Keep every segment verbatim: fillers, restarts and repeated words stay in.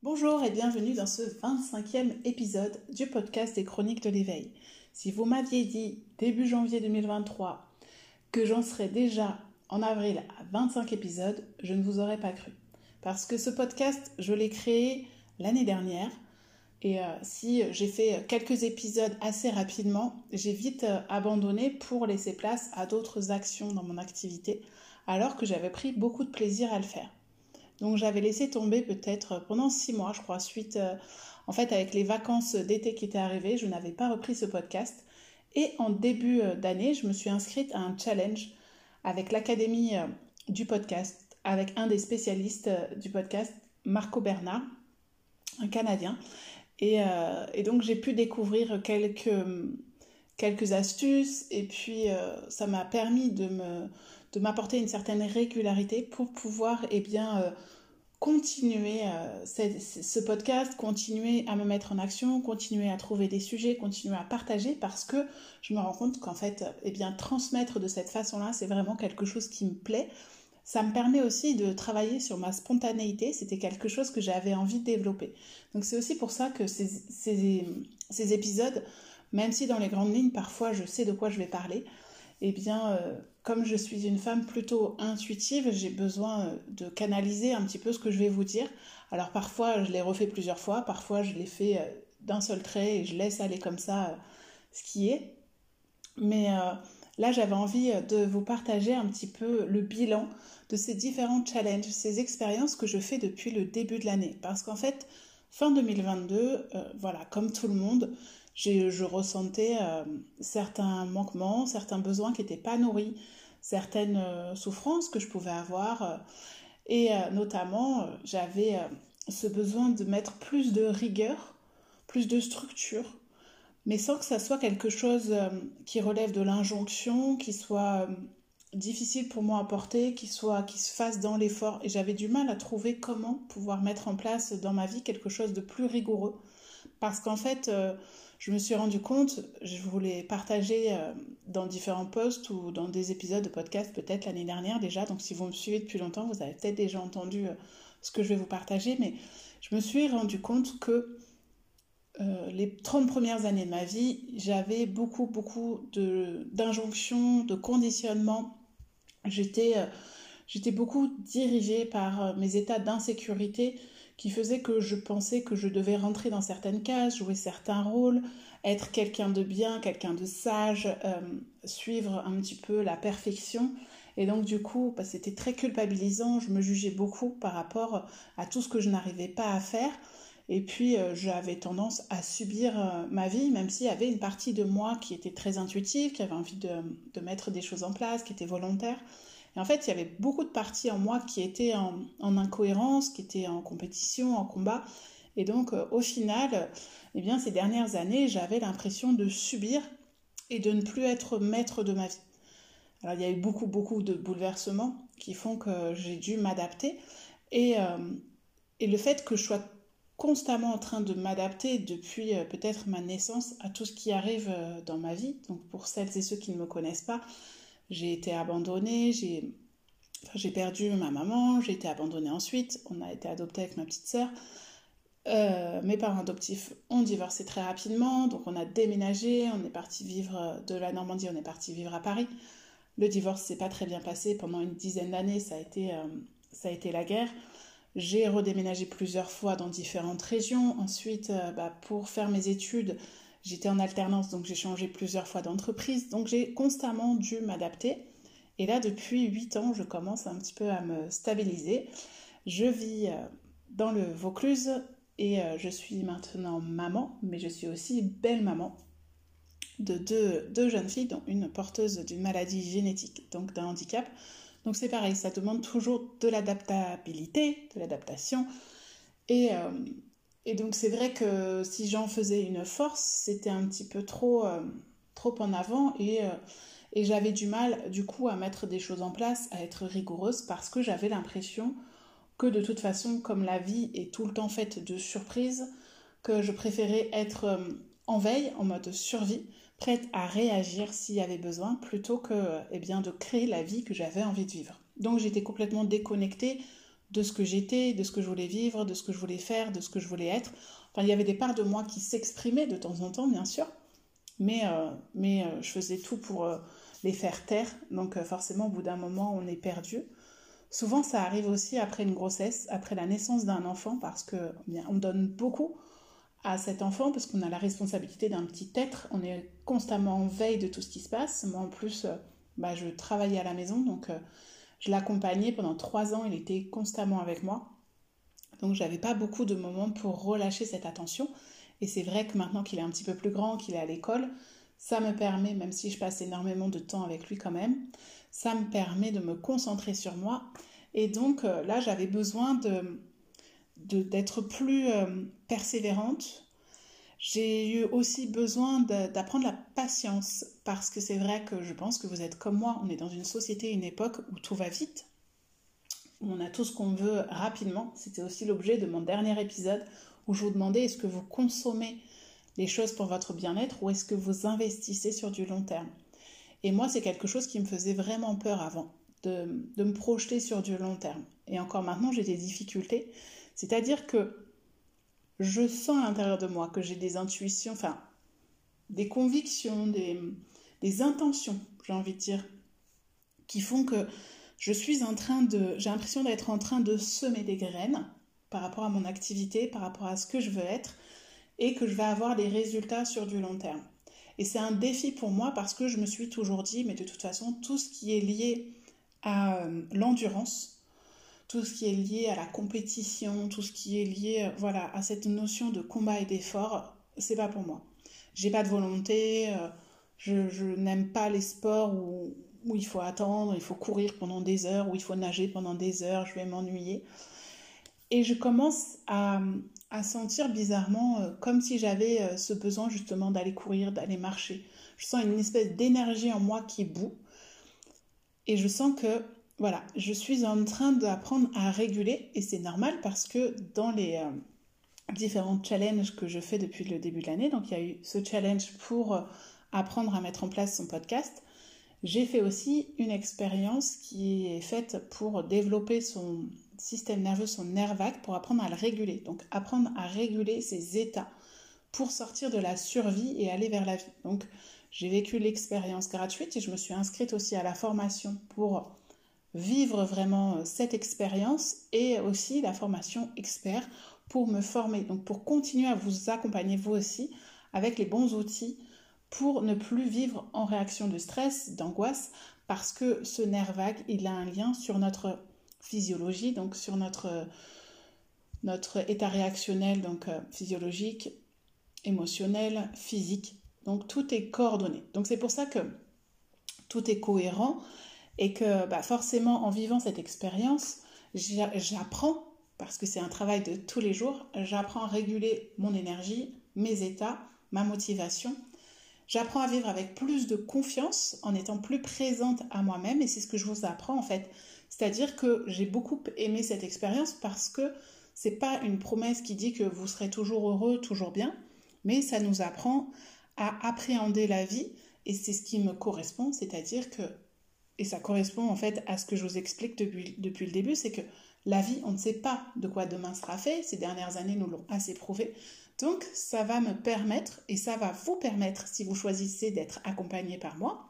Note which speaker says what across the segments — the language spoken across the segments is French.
Speaker 1: Bonjour et bienvenue dans ce vingt-cinquième épisode du podcast des Chroniques de l'éveil. Si vous m'aviez dit début janvier deux mille vingt-trois que j'en serais déjà en avril à vingt-cinq épisodes, je ne vous aurais pas cru. Parce que ce podcast, je l'ai créé l'année dernière et euh, si j'ai fait quelques épisodes assez rapidement, j'ai vite euh, abandonné pour laisser place à d'autres actions dans mon activité alors que j'avais pris beaucoup de plaisir à le faire. Donc j'avais laissé tomber peut-être pendant six mois, je crois, suite, euh, en fait, avec les vacances d'été qui étaient arrivées, je n'avais pas repris ce podcast. Et en début d'année, je me suis inscrite à un challenge avec l'Académie euh, du podcast, avec un des spécialistes euh, du podcast, Marco Bernard, un Canadien. Et, euh, et donc j'ai pu découvrir quelques, quelques astuces et puis euh, ça m'a permis de me... de m'apporter une certaine régularité pour pouvoir eh bien, euh, continuer euh, ce, ce podcast, continuer à me mettre en action, continuer à trouver des sujets, continuer à partager parce que je me rends compte qu'en fait, eh bien, transmettre de cette façon-là, c'est vraiment quelque chose qui me plaît. Ça me permet aussi de travailler sur ma spontanéité, c'était quelque chose que j'avais envie de développer. Donc c'est aussi pour ça que ces, ces, ces épisodes, même si dans les grandes lignes, parfois je sais de quoi je vais parler, eh bien, euh, comme je suis une femme plutôt intuitive, j'ai besoin de canaliser un petit peu ce que je vais vous dire. Alors parfois, je l'ai refait plusieurs fois, parfois je l'ai fait euh, d'un seul trait et je laisse aller comme ça euh, ce qui est. Mais euh, là, j'avais envie de vous partager un petit peu le bilan de ces différents challenges, ces expériences que je fais depuis le début de l'année. Parce qu'en fait, fin deux mille vingt-deux, euh, voilà, comme tout le monde, J'ai, je ressentais euh, certains manquements, certains besoins qui n'étaient pas nourris, certaines euh, souffrances que je pouvais avoir. Euh, et euh, notamment, euh, j'avais euh, ce besoin de mettre plus de rigueur, plus de structure, mais sans que ça soit quelque chose euh, qui relève de l'injonction, qui soit euh, difficile pour moi à porter, qui, soit, qui se fasse dans l'effort. Et j'avais du mal à trouver comment pouvoir mettre en place dans ma vie quelque chose de plus rigoureux. Parce qu'en fait, euh, je me suis rendu compte, je voulais partager euh, dans différents posts ou dans des épisodes de podcast peut-être l'année dernière déjà, donc si vous me suivez depuis longtemps, vous avez peut-être déjà entendu euh, ce que je vais vous partager, mais je me suis rendu compte que euh, les trente premières années de ma vie, j'avais beaucoup, beaucoup de, d'injonctions, de conditionnements. J'étais, euh, j'étais beaucoup dirigée par euh, mes états d'insécurité qui faisait que je pensais que je devais rentrer dans certaines cases, jouer certains rôles, être quelqu'un de bien, quelqu'un de sage, euh, suivre un petit peu la perfection. Et donc du coup, bah, c'était très culpabilisant, je me jugeais beaucoup par rapport à tout ce que je n'arrivais pas à faire. Et puis euh, j'avais tendance à subir euh, ma vie, même s'il y avait une partie de moi qui était très intuitive, qui avait envie de, de mettre des choses en place, qui était volontaire. Et en fait, il y avait beaucoup de parties en moi qui étaient en, en incohérence, qui étaient en compétition, en combat. Et donc, euh, au final, eh bien, ces dernières années, j'avais l'impression de subir et de ne plus être maître de ma vie. Alors, il y a eu beaucoup, beaucoup de bouleversements qui font que j'ai dû m'adapter. Et, euh, et le fait que je sois constamment en train de m'adapter depuis euh, peut-être ma naissance à tout ce qui arrive euh, dans ma vie. Donc, pour celles et ceux qui ne me connaissent pas, j'ai été abandonnée, j'ai, enfin, j'ai perdu ma maman, j'ai été abandonnée ensuite, on a été adoptés avec ma petite sœur. Euh, mes parents adoptifs ont divorcé très rapidement, donc on a déménagé, on est parti vivre de la Normandie, on est parti vivre à Paris. Le divorce s'est pas très bien passé, pendant une dizaine d'années, ça a été, euh, ça a été la guerre. J'ai redéménagé plusieurs fois dans différentes régions. Ensuite, euh, bah, pour faire mes études, j'étais en alternance, donc j'ai changé plusieurs fois d'entreprise. Donc j'ai constamment dû m'adapter. Et là, depuis huit ans, je commence un petit peu à me stabiliser. Je vis euh, dans le Vaucluse et euh, je suis maintenant maman, mais je suis aussi belle maman de deux, deux jeunes filles, dont une porteuse d'une maladie génétique, donc d'un handicap. Donc c'est pareil, ça demande toujours de l'adaptabilité, de l'adaptation. Et, euh, et donc c'est vrai que si j'en faisais une force, c'était un petit peu trop, euh, trop en avant et, euh, et j'avais du mal du coup à mettre des choses en place, à être rigoureuse parce que j'avais l'impression que de toute façon, comme la vie est tout le temps faite de surprises, que je préférais être euh, en veille, en mode survie, prête à réagir s'il y avait besoin, plutôt que eh bien, de créer la vie que j'avais envie de vivre. Donc j'étais complètement déconnectée de ce que j'étais, de ce que je voulais vivre, de ce que je voulais faire, de ce que je voulais être. Enfin, il y avait des parts de moi qui s'exprimaient de temps en temps, bien sûr, mais, euh, mais euh, je faisais tout pour euh, les faire taire. Donc euh, forcément, au bout d'un moment, on est perdu. Souvent, ça arrive aussi après une grossesse, après la naissance d'un enfant, parce que bien, on donne beaucoup à cet enfant, parce qu'on a la responsabilité d'un petit être. On est constamment en veille de tout ce qui se passe. Moi, en plus, euh, bah, je travaillais à la maison, donc euh, je l'accompagnais pendant trois ans. Il était constamment avec moi. Donc, j'avais pas beaucoup de moments pour relâcher cette attention. Et c'est vrai que maintenant qu'il est un petit peu plus grand, qu'il est à l'école, ça me permet, même si je passe énormément de temps avec lui quand même, ça me permet de me concentrer sur moi. Et donc euh, là, j'avais besoin de, de, d'être plus euh, persévérante. J'ai eu aussi besoin de, d'apprendre la patience, parce que c'est vrai que je pense que vous êtes comme moi, on est dans une société, une époque où tout va vite, où on a tout ce qu'on veut rapidement. C'était aussi l'objet de mon dernier épisode, où je vous demandais, est-ce que vous consommez les choses pour votre bien-être ou est-ce que vous investissez sur du long terme? Et moi, c'est quelque chose qui me faisait vraiment peur avant, de, de me projeter sur du long terme. Et encore maintenant, j'ai des difficultés. C'est-à-dire que je sens à l'intérieur de moi que j'ai des intuitions, enfin, des convictions, des, des intentions, j'ai envie de dire, qui font que je suis en train de... J'ai l'impression d'être en train de semer des graines par rapport à mon activité, par rapport à ce que je veux être, et que je vais avoir des résultats sur du long terme. Et c'est un défi pour moi parce que je me suis toujours dit, mais de toute façon, tout ce qui est lié à euh, l'endurance, tout ce qui est lié à la compétition, tout ce qui est lié euh, voilà, à cette notion de combat et d'effort, c'est pas pour moi. J'ai pas de volonté, euh, je, je n'aime pas les sports où, où il faut attendre, il faut courir pendant des heures, où il faut nager pendant des heures, je vais m'ennuyer. Et je commence à, à sentir bizarrement euh, comme si j'avais euh, ce besoin justement d'aller courir, d'aller marcher. Je sens une espèce d'énergie en moi qui bout. Et je sens que, voilà, je suis en train d'apprendre à réguler. Et c'est normal parce que dans les euh, différents challenges que je fais depuis le début de l'année, donc il y a eu ce challenge pour euh, apprendre à mettre en place son podcast. J'ai fait aussi une expérience qui est faite pour développer son système nerveux, son nerf vague, pour apprendre à le réguler. Donc apprendre à réguler ses états pour sortir de la survie et aller vers la vie. Donc j'ai vécu l'expérience gratuite et je me suis inscrite aussi à la formation pour vivre vraiment cette expérience et aussi la formation expert pour me former. Donc pour continuer à vous accompagner vous aussi avec les bons outils pour ne plus vivre en réaction de stress, d'angoisse, parce que ce nerf vague, il a un lien sur notre physiologie, donc sur notre, notre état réactionnel, donc euh, physiologique, émotionnel, physique. Donc tout est coordonné. Donc c'est pour ça que tout est cohérent et que bah, forcément en vivant cette expérience, j'apprends, parce que c'est un travail de tous les jours, j'apprends à réguler mon énergie, mes états, ma motivation. J'apprends à vivre avec plus de confiance en étant plus présente à moi-même et c'est ce que je vous apprends en fait. C'est-à-dire que j'ai beaucoup aimé cette expérience parce que c'est pas une promesse qui dit que vous serez toujours heureux, toujours bien, mais ça nous apprend à appréhender la vie et c'est ce qui me correspond, c'est-à-dire que, et ça correspond en fait à ce que je vous explique depuis, depuis le début, c'est que la vie, on ne sait pas de quoi demain sera fait, ces dernières années nous l'ont assez prouvé. Donc, ça va me permettre, et ça va vous permettre, si vous choisissez d'être accompagné par moi,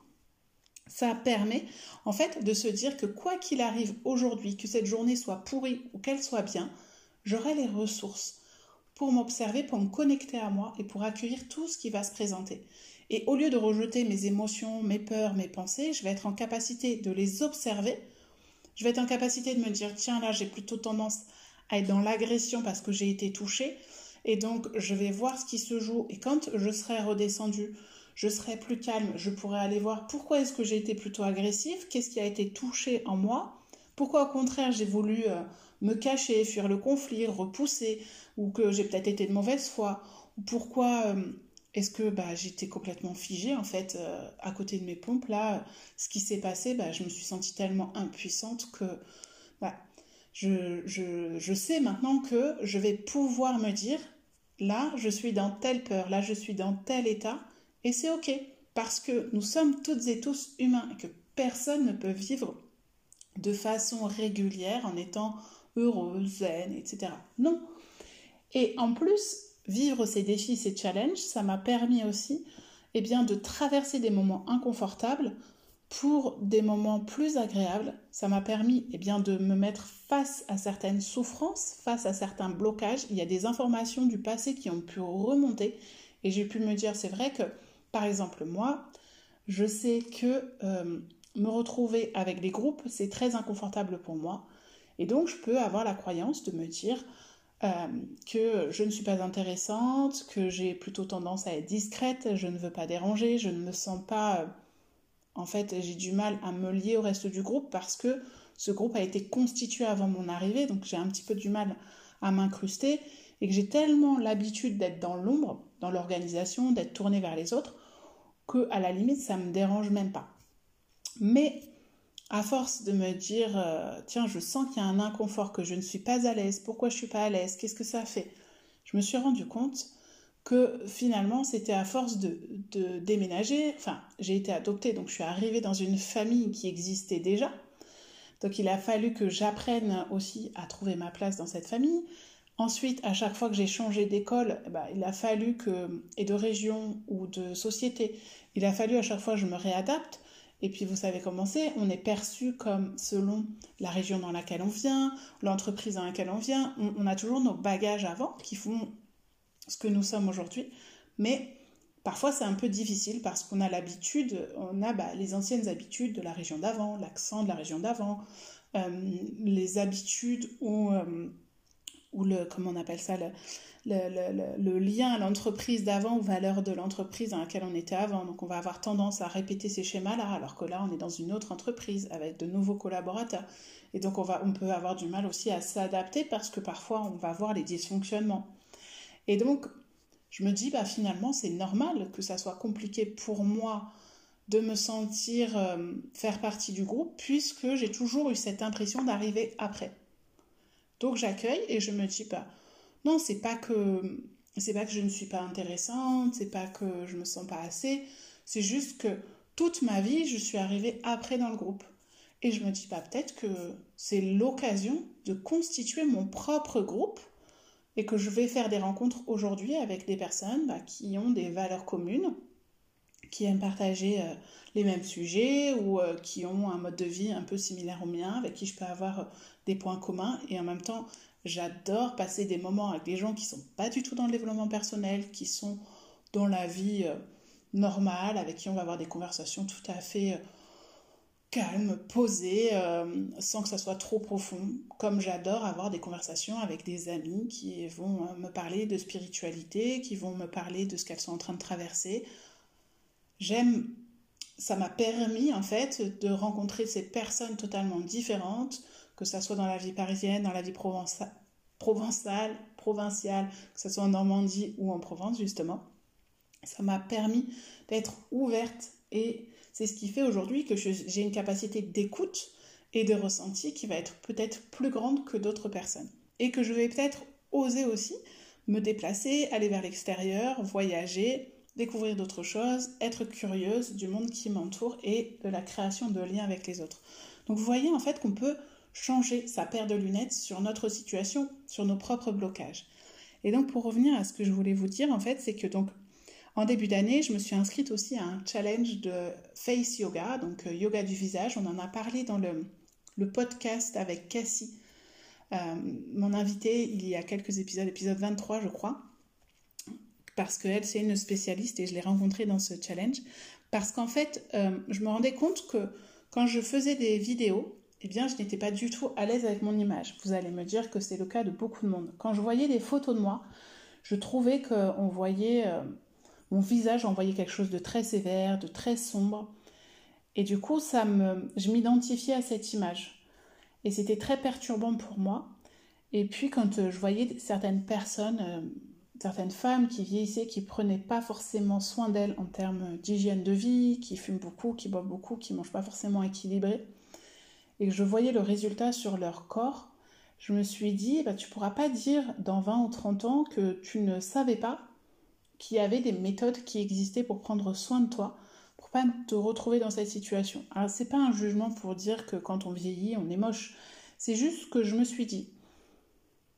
Speaker 1: ça permet en fait de se dire que quoi qu'il arrive aujourd'hui, que cette journée soit pourrie ou qu'elle soit bien, j'aurai les ressources pour m'observer, pour me connecter à moi et pour accueillir tout ce qui va se présenter. Et au lieu de rejeter mes émotions, mes peurs, mes pensées, je vais être en capacité de les observer. Je vais être en capacité de me dire, tiens là, j'ai plutôt tendance à être dans l'agression parce que j'ai été touchée. Et donc, je vais voir ce qui se joue. Et quand je serai redescendue, je serai plus calme, je pourrai aller voir pourquoi est-ce que j'ai été plutôt agressive, qu'est-ce qui a été touché en moi, pourquoi au contraire j'ai voulu euh, me cacher, fuir le conflit, repousser, ou que j'ai peut-être été de mauvaise foi, ou pourquoi euh, est-ce que bah, j'étais complètement figée en fait euh, à côté de mes pompes. Là, ce qui s'est passé, bah, je me suis sentie tellement impuissante que... Bah, je, je, je sais maintenant que je vais pouvoir me dire... Là, je suis dans telle peur, là, je suis dans tel état, et c'est ok, parce que nous sommes toutes et tous humains, et que personne ne peut vivre de façon régulière en étant heureux, zen, et cetera. Non. Et en plus, vivre ces défis, ces challenges, ça m'a permis aussi eh bien, de traverser des moments inconfortables pour des moments plus agréables. Ça m'a permis eh bien, de me mettre face à certaines souffrances, face à certains blocages. Il y a des informations du passé qui ont pu remonter et j'ai pu me dire, c'est vrai que, par exemple, moi, je sais que euh, me retrouver avec des groupes, c'est très inconfortable pour moi. Et donc, je peux avoir la croyance de me dire euh, que je ne suis pas intéressante, que j'ai plutôt tendance à être discrète, je ne veux pas déranger, je ne me sens pas... Euh, en fait, j'ai du mal à me lier au reste du groupe parce que ce groupe a été constitué avant mon arrivée, donc j'ai un petit peu du mal à m'incruster et que j'ai tellement l'habitude d'être dans l'ombre, dans l'organisation, d'être tournée vers les autres, que à la limite, ça ne me dérange même pas. Mais à force de me dire, euh, tiens, je sens qu'il y a un inconfort, que je ne suis pas à l'aise, pourquoi je ne suis pas à l'aise, qu'est-ce que ça fait? Je me suis rendu compte que finalement, c'était à force de, de déménager. Enfin, j'ai été adoptée, donc je suis arrivée dans une famille qui existait déjà. Donc il a fallu que j'apprenne aussi à trouver ma place dans cette famille. Ensuite, à chaque fois que j'ai changé d'école, bah, il a fallu que, et de région ou de société, il a fallu à chaque fois que je me réadapte. Et puis vous savez comment c'est, on est perçu comme selon la région dans laquelle on vient, l'entreprise dans laquelle on vient. On, on a toujours nos bagages avant qui font ce que nous sommes aujourd'hui. Mais parfois c'est un peu difficile parce qu'on a l'habitude, on a bah, les anciennes habitudes de la région d'avant, l'accent de la région d'avant, euh, les habitudes ou... Euh, ou le, comment on appelle ça, le, le, le, le lien à l'entreprise d'avant, aux valeurs de l'entreprise dans laquelle on était avant. Donc on va avoir tendance à répéter ces schémas-là, alors que là on est dans une autre entreprise avec de nouveaux collaborateurs. Et donc on, va, on peut avoir du mal aussi à s'adapter parce que parfois on va voir les dysfonctionnements. Et donc je me dis, bah, finalement c'est normal que ça soit compliqué pour moi de me sentir euh, faire partie du groupe puisque j'ai toujours eu cette impression d'arriver après. Donc j'accueille et je me dis bah non, c'est pas que c'est pas que je ne suis pas intéressante, c'est pas que je me sens pas assez, c'est juste que toute ma vie, je suis arrivée après dans le groupe. Et je me dis bah peut-être que c'est l'occasion de constituer mon propre groupe et que je vais faire des rencontres aujourd'hui avec des personnes bah, qui ont des valeurs communes, qui aiment partager euh, les mêmes sujets ou euh, qui ont un mode de vie un peu similaire au mien, avec qui je peux avoir euh, des points communs. Et en même temps, j'adore passer des moments avec des gens qui ne sont pas du tout dans le développement personnel, qui sont dans la vie euh, normale, avec qui on va avoir des conversations tout à fait euh, calmes, posées, euh, sans que ça soit trop profond. Comme j'adore avoir des conversations avec des amis qui vont euh, me parler de spiritualité, qui vont me parler de ce qu'elles sont en train de traverser. J'aime, ça m'a permis en fait de rencontrer ces personnes totalement différentes, que ça soit dans la vie parisienne, dans la vie provença- provençale, provinciale, que ce soit en Normandie ou en Provence justement. Ça m'a permis d'être ouverte et c'est ce qui fait aujourd'hui que je, j'ai une capacité d'écoute et de ressenti qui va être peut-être plus grande que d'autres personnes. Et que je vais peut-être oser aussi me déplacer, aller vers l'extérieur, voyager, découvrir d'autres choses, être curieuse du monde qui m'entoure et de la création de liens avec les autres. Donc vous voyez en fait qu'on peut changer sa paire de lunettes sur notre situation, sur nos propres blocages. Et donc pour revenir à ce que je voulais vous dire en fait, c'est que donc en début d'année, je me suis inscrite aussi à un challenge de face yoga, donc euh, yoga du visage. On en a parlé dans le, le podcast avec Cassie, euh, mon invitée il y a quelques épisodes, épisode vingt-trois je crois. Parce qu'elle, c'est une spécialiste et je l'ai rencontrée dans ce challenge. Parce qu'en fait, euh, je me rendais compte que quand je faisais des vidéos, eh bien, je n'étais pas du tout à l'aise avec mon image. Vous allez me dire que c'est le cas de beaucoup de monde. Quand je voyais des photos de moi, je trouvais qu'on voyait euh, mon visage, on voyait quelque chose de très sévère, de très sombre. Et du coup, ça me, je m'identifiais à cette image. Et c'était très perturbant pour moi. Et puis, quand euh, je voyais certaines personnes... Euh, certaines femmes qui vieillissaient, qui ne prenaient pas forcément soin d'elles en termes d'hygiène de vie, qui fument beaucoup, qui boivent beaucoup, qui ne mangent pas forcément équilibré, et que je voyais le résultat sur leur corps, je me suis dit, bah, tu ne pourras pas dire dans vingt ou trente ans que tu ne savais pas qu'il y avait des méthodes qui existaient pour prendre soin de toi, pour ne pas te retrouver dans cette situation. Alors, ce n'est pas un jugement pour dire que quand on vieillit, on est moche. C'est juste que je me suis dit,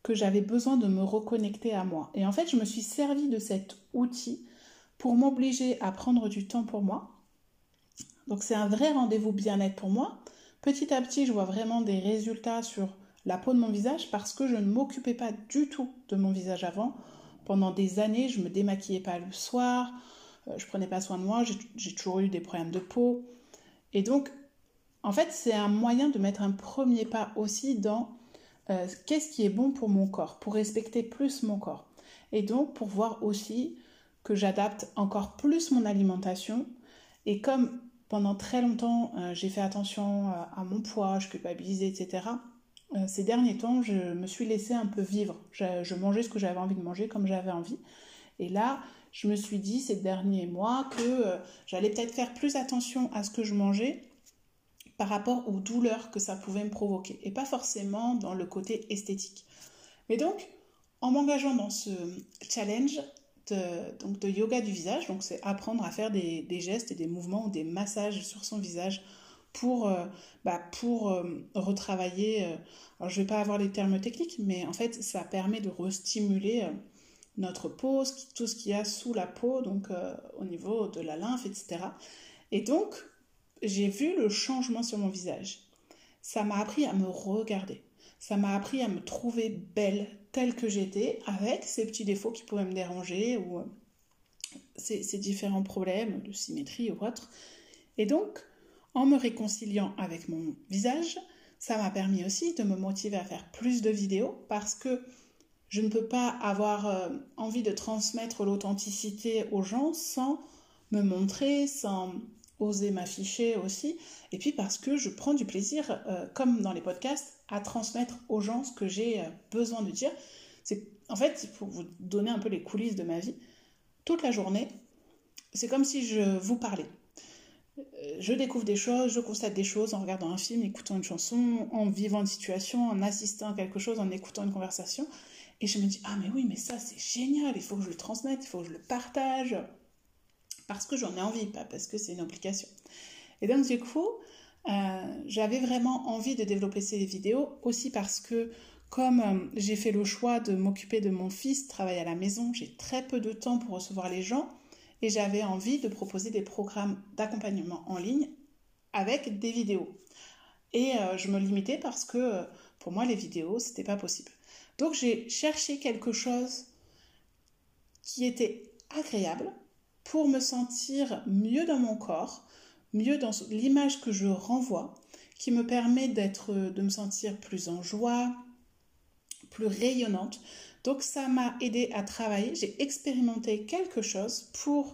Speaker 1: que j'avais besoin de me reconnecter à moi. Et en fait, je me suis servi de cet outil pour m'obliger à prendre du temps pour moi. Donc c'est un vrai rendez-vous bien-être pour moi. Petit à petit, je vois vraiment des résultats sur la peau de mon visage parce que je ne m'occupais pas du tout de mon visage avant. Pendant des années, je ne me démaquillais pas le soir, je ne prenais pas soin de moi, j'ai, j'ai toujours eu des problèmes de peau. Et donc, en fait, c'est un moyen de mettre un premier pas aussi dans euh, qu'est-ce qui est bon pour mon corps, pour respecter plus mon corps. Et donc, pour voir aussi que j'adapte encore plus mon alimentation. Et comme pendant très longtemps, euh, j'ai fait attention à, à mon poids, je culpabilisais, et cetera, euh, ces derniers temps, je me suis laissée un peu vivre. Je, je mangeais ce que j'avais envie de manger comme j'avais envie. Et là, je me suis dit ces derniers mois que euh, j'allais peut-être faire plus attention à ce que je mangeais par rapport aux douleurs que ça pouvait me provoquer. Et pas forcément dans le côté esthétique. Mais donc, en m'engageant dans ce challenge de, donc de yoga du visage, donc c'est apprendre à faire des, des gestes et des mouvements ou des massages sur son visage pour, euh, bah pour euh, retravailler, euh, alors je ne vais pas avoir les termes techniques, mais en fait ça permet de restimuler euh, notre peau, tout ce qu'il y a sous la peau, donc euh, au niveau de la lymphe, et cetera. Et donc, j'ai vu le changement sur mon visage. Ça m'a appris à me regarder. Ça m'a appris à me trouver belle telle que j'étais, avec ces petits défauts qui pouvaient me déranger ou euh, ces, ces différents problèmes de symétrie ou autre. Et donc, en me réconciliant avec mon visage, ça m'a permis aussi de me motiver à faire plus de vidéos parce que je ne peux pas avoir euh, envie de transmettre l'authenticité aux gens sans me montrer, sans oser m'afficher aussi. Et puis parce que je prends du plaisir, euh, comme dans les podcasts, à transmettre aux gens ce que j'ai euh, besoin de dire. C'est, en fait, pour vous donner un peu les coulisses de ma vie, toute la journée, c'est comme si je vous parlais. Je découvre des choses, je constate des choses en regardant un film, écoutant une chanson, en vivant une situation, en assistant à quelque chose, en écoutant une conversation. Et je me dis, ah mais oui, mais ça c'est génial, il faut que je le transmette, il faut que je le partage. Parce que j'en ai envie, pas parce que c'est une obligation. Et donc du coup, euh, j'avais vraiment envie de développer ces vidéos, aussi parce que comme euh, j'ai fait le choix de m'occuper de mon fils, travailler à la maison, j'ai très peu de temps pour recevoir les gens, et j'avais envie de proposer des programmes d'accompagnement en ligne avec des vidéos. Et euh, je me limitais parce que euh, pour moi, les vidéos, c'était pas possible. Donc j'ai cherché quelque chose qui était agréable pour me sentir mieux dans mon corps, mieux dans l'image que je renvoie, qui me permet d'être, de me sentir plus en joie, plus rayonnante. Donc ça m'a aidé à travailler, j'ai expérimenté quelque chose pour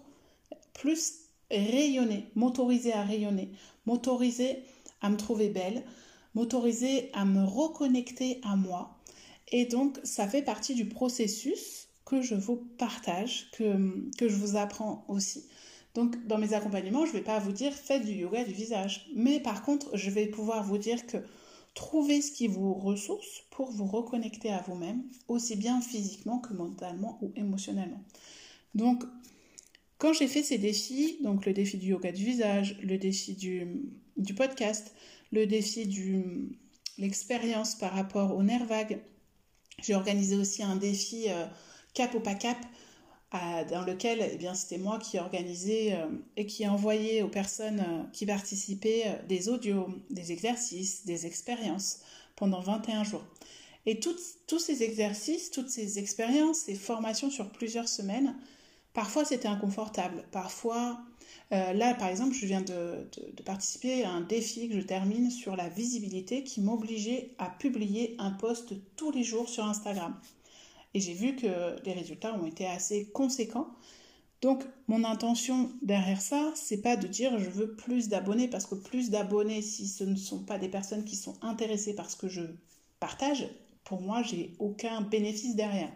Speaker 1: plus rayonner, m'autoriser à rayonner, m'autoriser à me trouver belle, m'autoriser à me reconnecter à moi. Et donc ça fait partie du processus que je vous partage, que, que je vous apprends aussi. Donc dans mes accompagnements, je ne vais pas vous dire faites du yoga du visage, mais par contre je vais pouvoir vous dire que trouvez ce qui vous ressource pour vous reconnecter à vous-même, aussi bien physiquement que mentalement ou émotionnellement. Donc, quand j'ai fait ces défis, donc le défi du yoga du visage, le défi du, du podcast, le défi de l'expérience par rapport aux nerfs vagues, j'ai organisé aussi un défi euh, cap ou pas cap, euh, dans lequel eh bien, c'était moi qui organisais euh, et qui envoyais aux personnes euh, qui participaient euh, des audios, des exercices, des expériences pendant vingt et un jours. Et toutes, tous ces exercices, toutes ces expériences, ces formations sur plusieurs semaines, parfois c'était inconfortable. Parfois, euh, là par exemple, je viens de, de, de participer à un défi que je termine sur la visibilité qui m'obligeait à publier un post tous les jours sur Instagram. Et j'ai vu que les résultats ont été assez conséquents. Donc, mon intention derrière ça, c'est pas de dire je veux plus d'abonnés, parce que plus d'abonnés, si ce ne sont pas des personnes qui sont intéressées par ce que je partage, pour moi, j'ai aucun bénéfice derrière.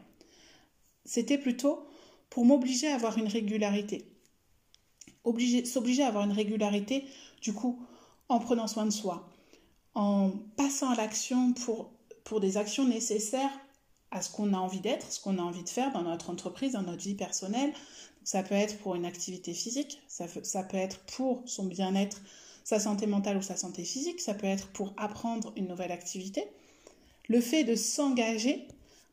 Speaker 1: C'était plutôt pour m'obliger à avoir une régularité. Obliger, s'obliger à avoir une régularité, du coup, en prenant soin de soi, en passant à l'action pour, pour des actions nécessaires à ce qu'on a envie d'être, ce qu'on a envie de faire dans notre entreprise, dans notre vie personnelle. Ça peut être pour une activité physique, ça, ça peut être pour son bien-être, sa santé mentale ou sa santé physique, ça peut être pour apprendre une nouvelle activité. Le fait de s'engager,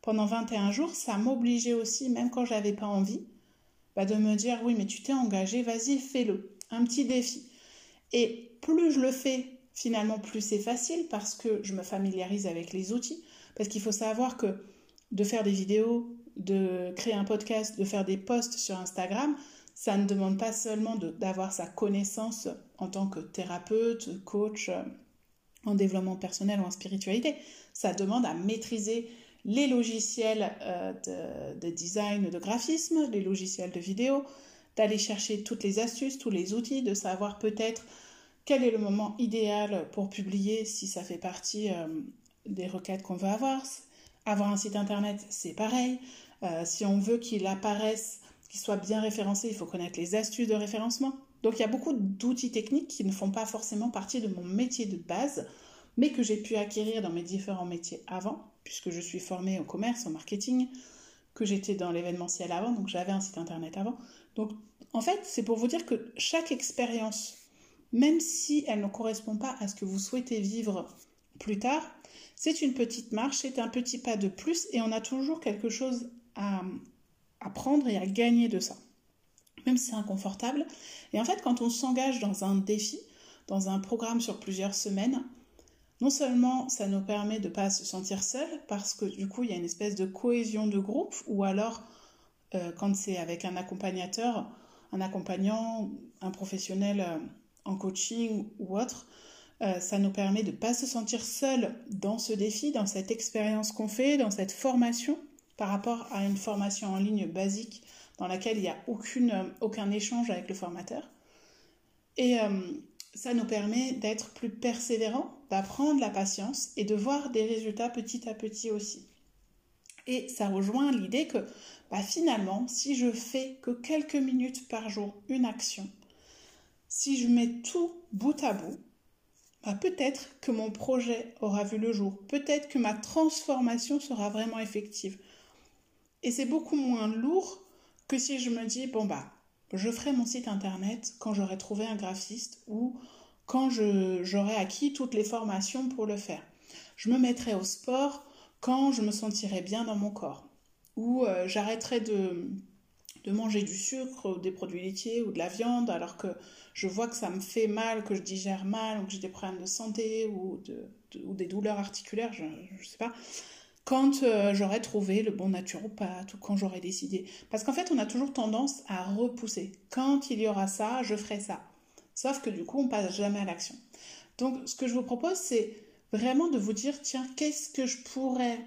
Speaker 1: pendant vingt et un jours, ça m'obligeait aussi, même quand j'avais pas envie, bah, de me dire, oui, mais tu t'es engagé, vas-y, fais-le. Un petit défi. Et plus je le fais, finalement, plus c'est facile parce que je me familiarise avec les outils. Parce qu'il faut savoir que de faire des vidéos, de créer un podcast, de faire des posts sur Instagram, ça ne demande pas seulement de, d'avoir sa connaissance en tant que thérapeute, coach, euh, en développement personnel ou en spiritualité. Ça demande à maîtriser les logiciels euh, de, de design, de graphisme, les logiciels de vidéo, d'aller chercher toutes les astuces, tous les outils, de savoir peut-être quel est le moment idéal pour publier si ça fait partie euh, des requêtes qu'on veut avoir. Avoir un site internet, c'est pareil. Euh, si on veut qu'il apparaisse, qu'il soit bien référencé, il faut connaître les astuces de référencement. Donc il y a beaucoup d'outils techniques qui ne font pas forcément partie de mon métier de base, mais que j'ai pu acquérir dans mes différents métiers avant, puisque je suis formée au commerce, au marketing, que j'étais dans l'événementiel avant, donc j'avais un site internet avant. Donc en fait, c'est pour vous dire que chaque expérience, même si elle ne correspond pas à ce que vous souhaitez vivre plus tard, c'est une petite marche, c'est un petit pas de plus et on a toujours quelque chose à, à prendre et à gagner de ça, même si c'est inconfortable. Et en fait, quand on s'engage dans un défi, dans un programme sur plusieurs semaines, non seulement ça nous permet de ne pas se sentir seul, parce que du coup, il y a une espèce de cohésion de groupe, ou alors, euh, quand c'est avec un accompagnateur, un accompagnant, un professionnel euh, en coaching ou autre, euh, ça nous permet de ne pas se sentir seul dans ce défi, dans cette expérience qu'on fait, dans cette formation, par rapport à une formation en ligne basique dans laquelle il n'y a aucune, euh, aucun échange avec le formateur. Et euh, ça nous permet d'être plus persévérants, d'apprendre la patience et de voir des résultats petit à petit aussi. Et ça rejoint l'idée que bah, finalement, si je fais que quelques minutes par jour une action, si je mets tout bout à bout, bah, peut-être que mon projet aura vu le jour, peut-être que ma transformation sera vraiment effective. Et c'est beaucoup moins lourd que si je me dis, bon bah, je ferai mon site internet quand j'aurai trouvé un graphiste ou quand je, j'aurai acquis toutes les formations pour le faire. Je me mettrai au sport quand je me sentirai bien dans mon corps. Ou euh, j'arrêterai de, de manger du sucre, des produits laitiers ou de la viande alors que je vois que ça me fait mal, que je digère mal ou que j'ai des problèmes de santé ou, de, de, ou des douleurs articulaires, je ne sais pas. Quand euh, j'aurai trouvé le bon naturopathe ou quand j'aurai décidé. Parce qu'en fait, on a toujours tendance à repousser. Quand il y aura ça, je ferai ça. Sauf que du coup, on passe jamais à l'action. Donc, ce que je vous propose, c'est vraiment de vous dire, tiens, qu'est-ce que je pourrais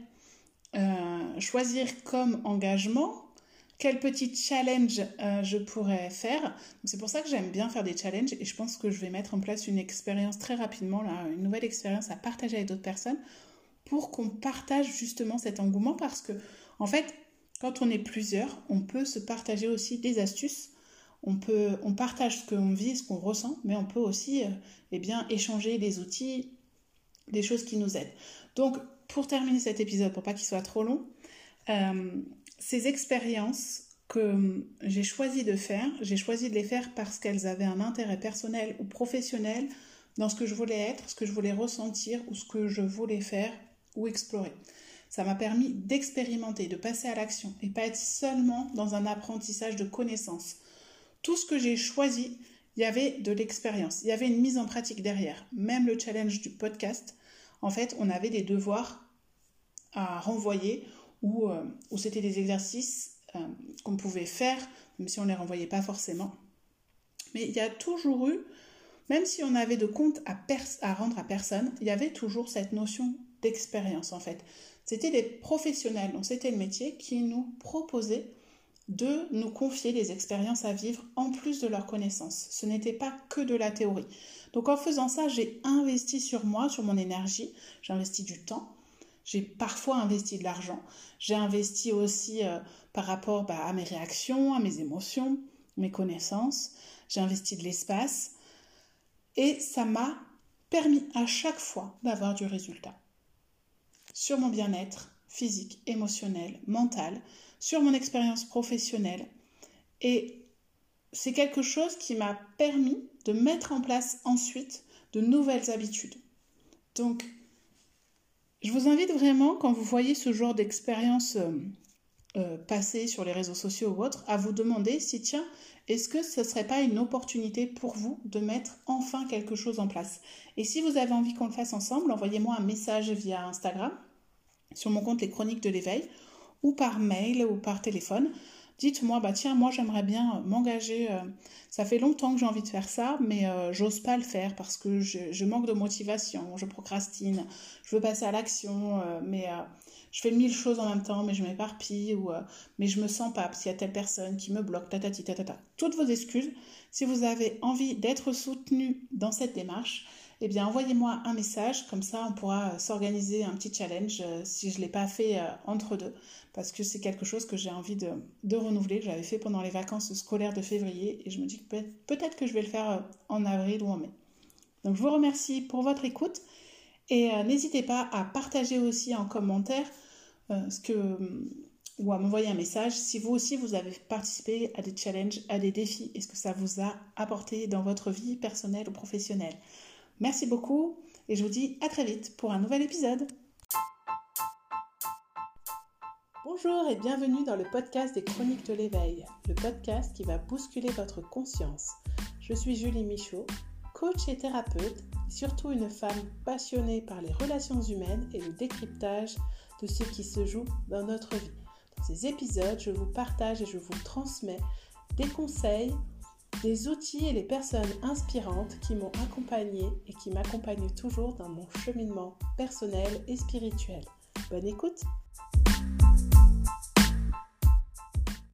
Speaker 1: euh, choisir comme engagement ? Quel petit challenge euh, je pourrais faire ? Donc, c'est pour ça que j'aime bien faire des challenges et je pense que je vais mettre en place une expérience très rapidement, là, une nouvelle expérience à partager avec d'autres personnes pour qu'on partage justement cet engouement parce que, en fait, quand on est plusieurs, on peut se partager aussi des astuces, on, peut, on partage ce qu'on vit, ce qu'on ressent, mais on peut aussi euh, eh bien, échanger des outils, des choses qui nous aident. Donc, pour terminer cet épisode, pour pas qu'il soit trop long, euh, ces expériences que j'ai choisi de faire, j'ai choisi de les faire parce qu'elles avaient un intérêt personnel ou professionnel dans ce que je voulais être, ce que je voulais ressentir ou ce que je voulais faire ou explorer. Ça m'a permis d'expérimenter, de passer à l'action et pas être seulement dans un apprentissage de connaissances. Tout ce que j'ai choisi, il y avait de l'expérience, il y avait une mise en pratique derrière. Même le challenge du podcast, en fait, on avait des devoirs à renvoyer ou euh, où c'était des exercices euh, qu'on pouvait faire, même si on ne les renvoyait pas forcément. Mais il y a toujours eu, même si on avait de compte à, pers- à rendre à personne, il y avait toujours cette notion d'expérience en fait. C'était des professionnels, donc c'était le métier qui nous proposait de nous confier des expériences à vivre en plus de leurs connaissances. Ce n'était pas que de la théorie. Donc en faisant ça, j'ai investi sur moi, sur mon énergie, j'ai investi du temps, j'ai parfois investi de l'argent, j'ai investi aussi euh, par rapport bah, à mes réactions, à mes émotions, mes connaissances, j'ai investi de l'espace et ça m'a permis à chaque fois d'avoir du résultat. Sur mon bien-être physique, émotionnel, mental, sur mon expérience professionnelle. Et c'est quelque chose qui m'a permis de mettre en place ensuite de nouvelles habitudes. Donc, Je vous invite vraiment, quand vous voyez ce genre d'expérience euh, euh, passer sur les réseaux sociaux ou autres, à vous demander si, tiens, est-ce que ce ne serait pas une opportunité pour vous de mettre enfin quelque chose en place? Et si vous avez envie qu'on le fasse ensemble, envoyez-moi un message via Instagram, sur mon compte Les Chroniques de l'éveil, ou par mail ou par téléphone. Dites-moi, bah tiens, moi j'aimerais bien m'engager, euh, ça fait longtemps que j'ai envie de faire ça, mais euh, j'ose pas le faire parce que je, je manque de motivation, je procrastine, je veux passer à l'action, euh, mais euh, je fais mille choses en même temps, mais je m'éparpille, ou euh, mais je me sens pas, parce qu'il y a telle personne qui me bloque, tatati tatata. Toutes vos excuses. Si vous avez envie d'être soutenu dans cette démarche, eh bien envoyez-moi un message, comme ça on pourra s'organiser un petit challenge euh, si je ne l'ai pas fait euh, entre deux, parce que c'est quelque chose que j'ai envie de, de renouveler, que j'avais fait pendant les vacances scolaires de février, et je me dis que peut- peut-être que je vais le faire euh, en avril ou en mai. Donc je vous remercie pour votre écoute, et euh, n'hésitez pas à partager aussi en commentaire euh, ce que, ou à m'envoyer un message si vous aussi vous avez participé à des challenges, à des défis, et ce que ça vous a apporté dans votre vie personnelle ou professionnelle. Merci beaucoup et je vous dis à très vite pour un nouvel épisode. Bonjour et bienvenue dans le podcast des Chroniques de l'éveil, le podcast qui va bousculer votre conscience. Je suis Julie Michaud, coach et thérapeute, et surtout une femme passionnée par les relations humaines et le décryptage de ce qui se joue dans notre vie. Dans ces épisodes, je vous partage et je vous transmets des conseils, des outils et les personnes inspirantes qui m'ont accompagnée et qui m'accompagnent toujours dans mon cheminement personnel et spirituel. Bonne écoute!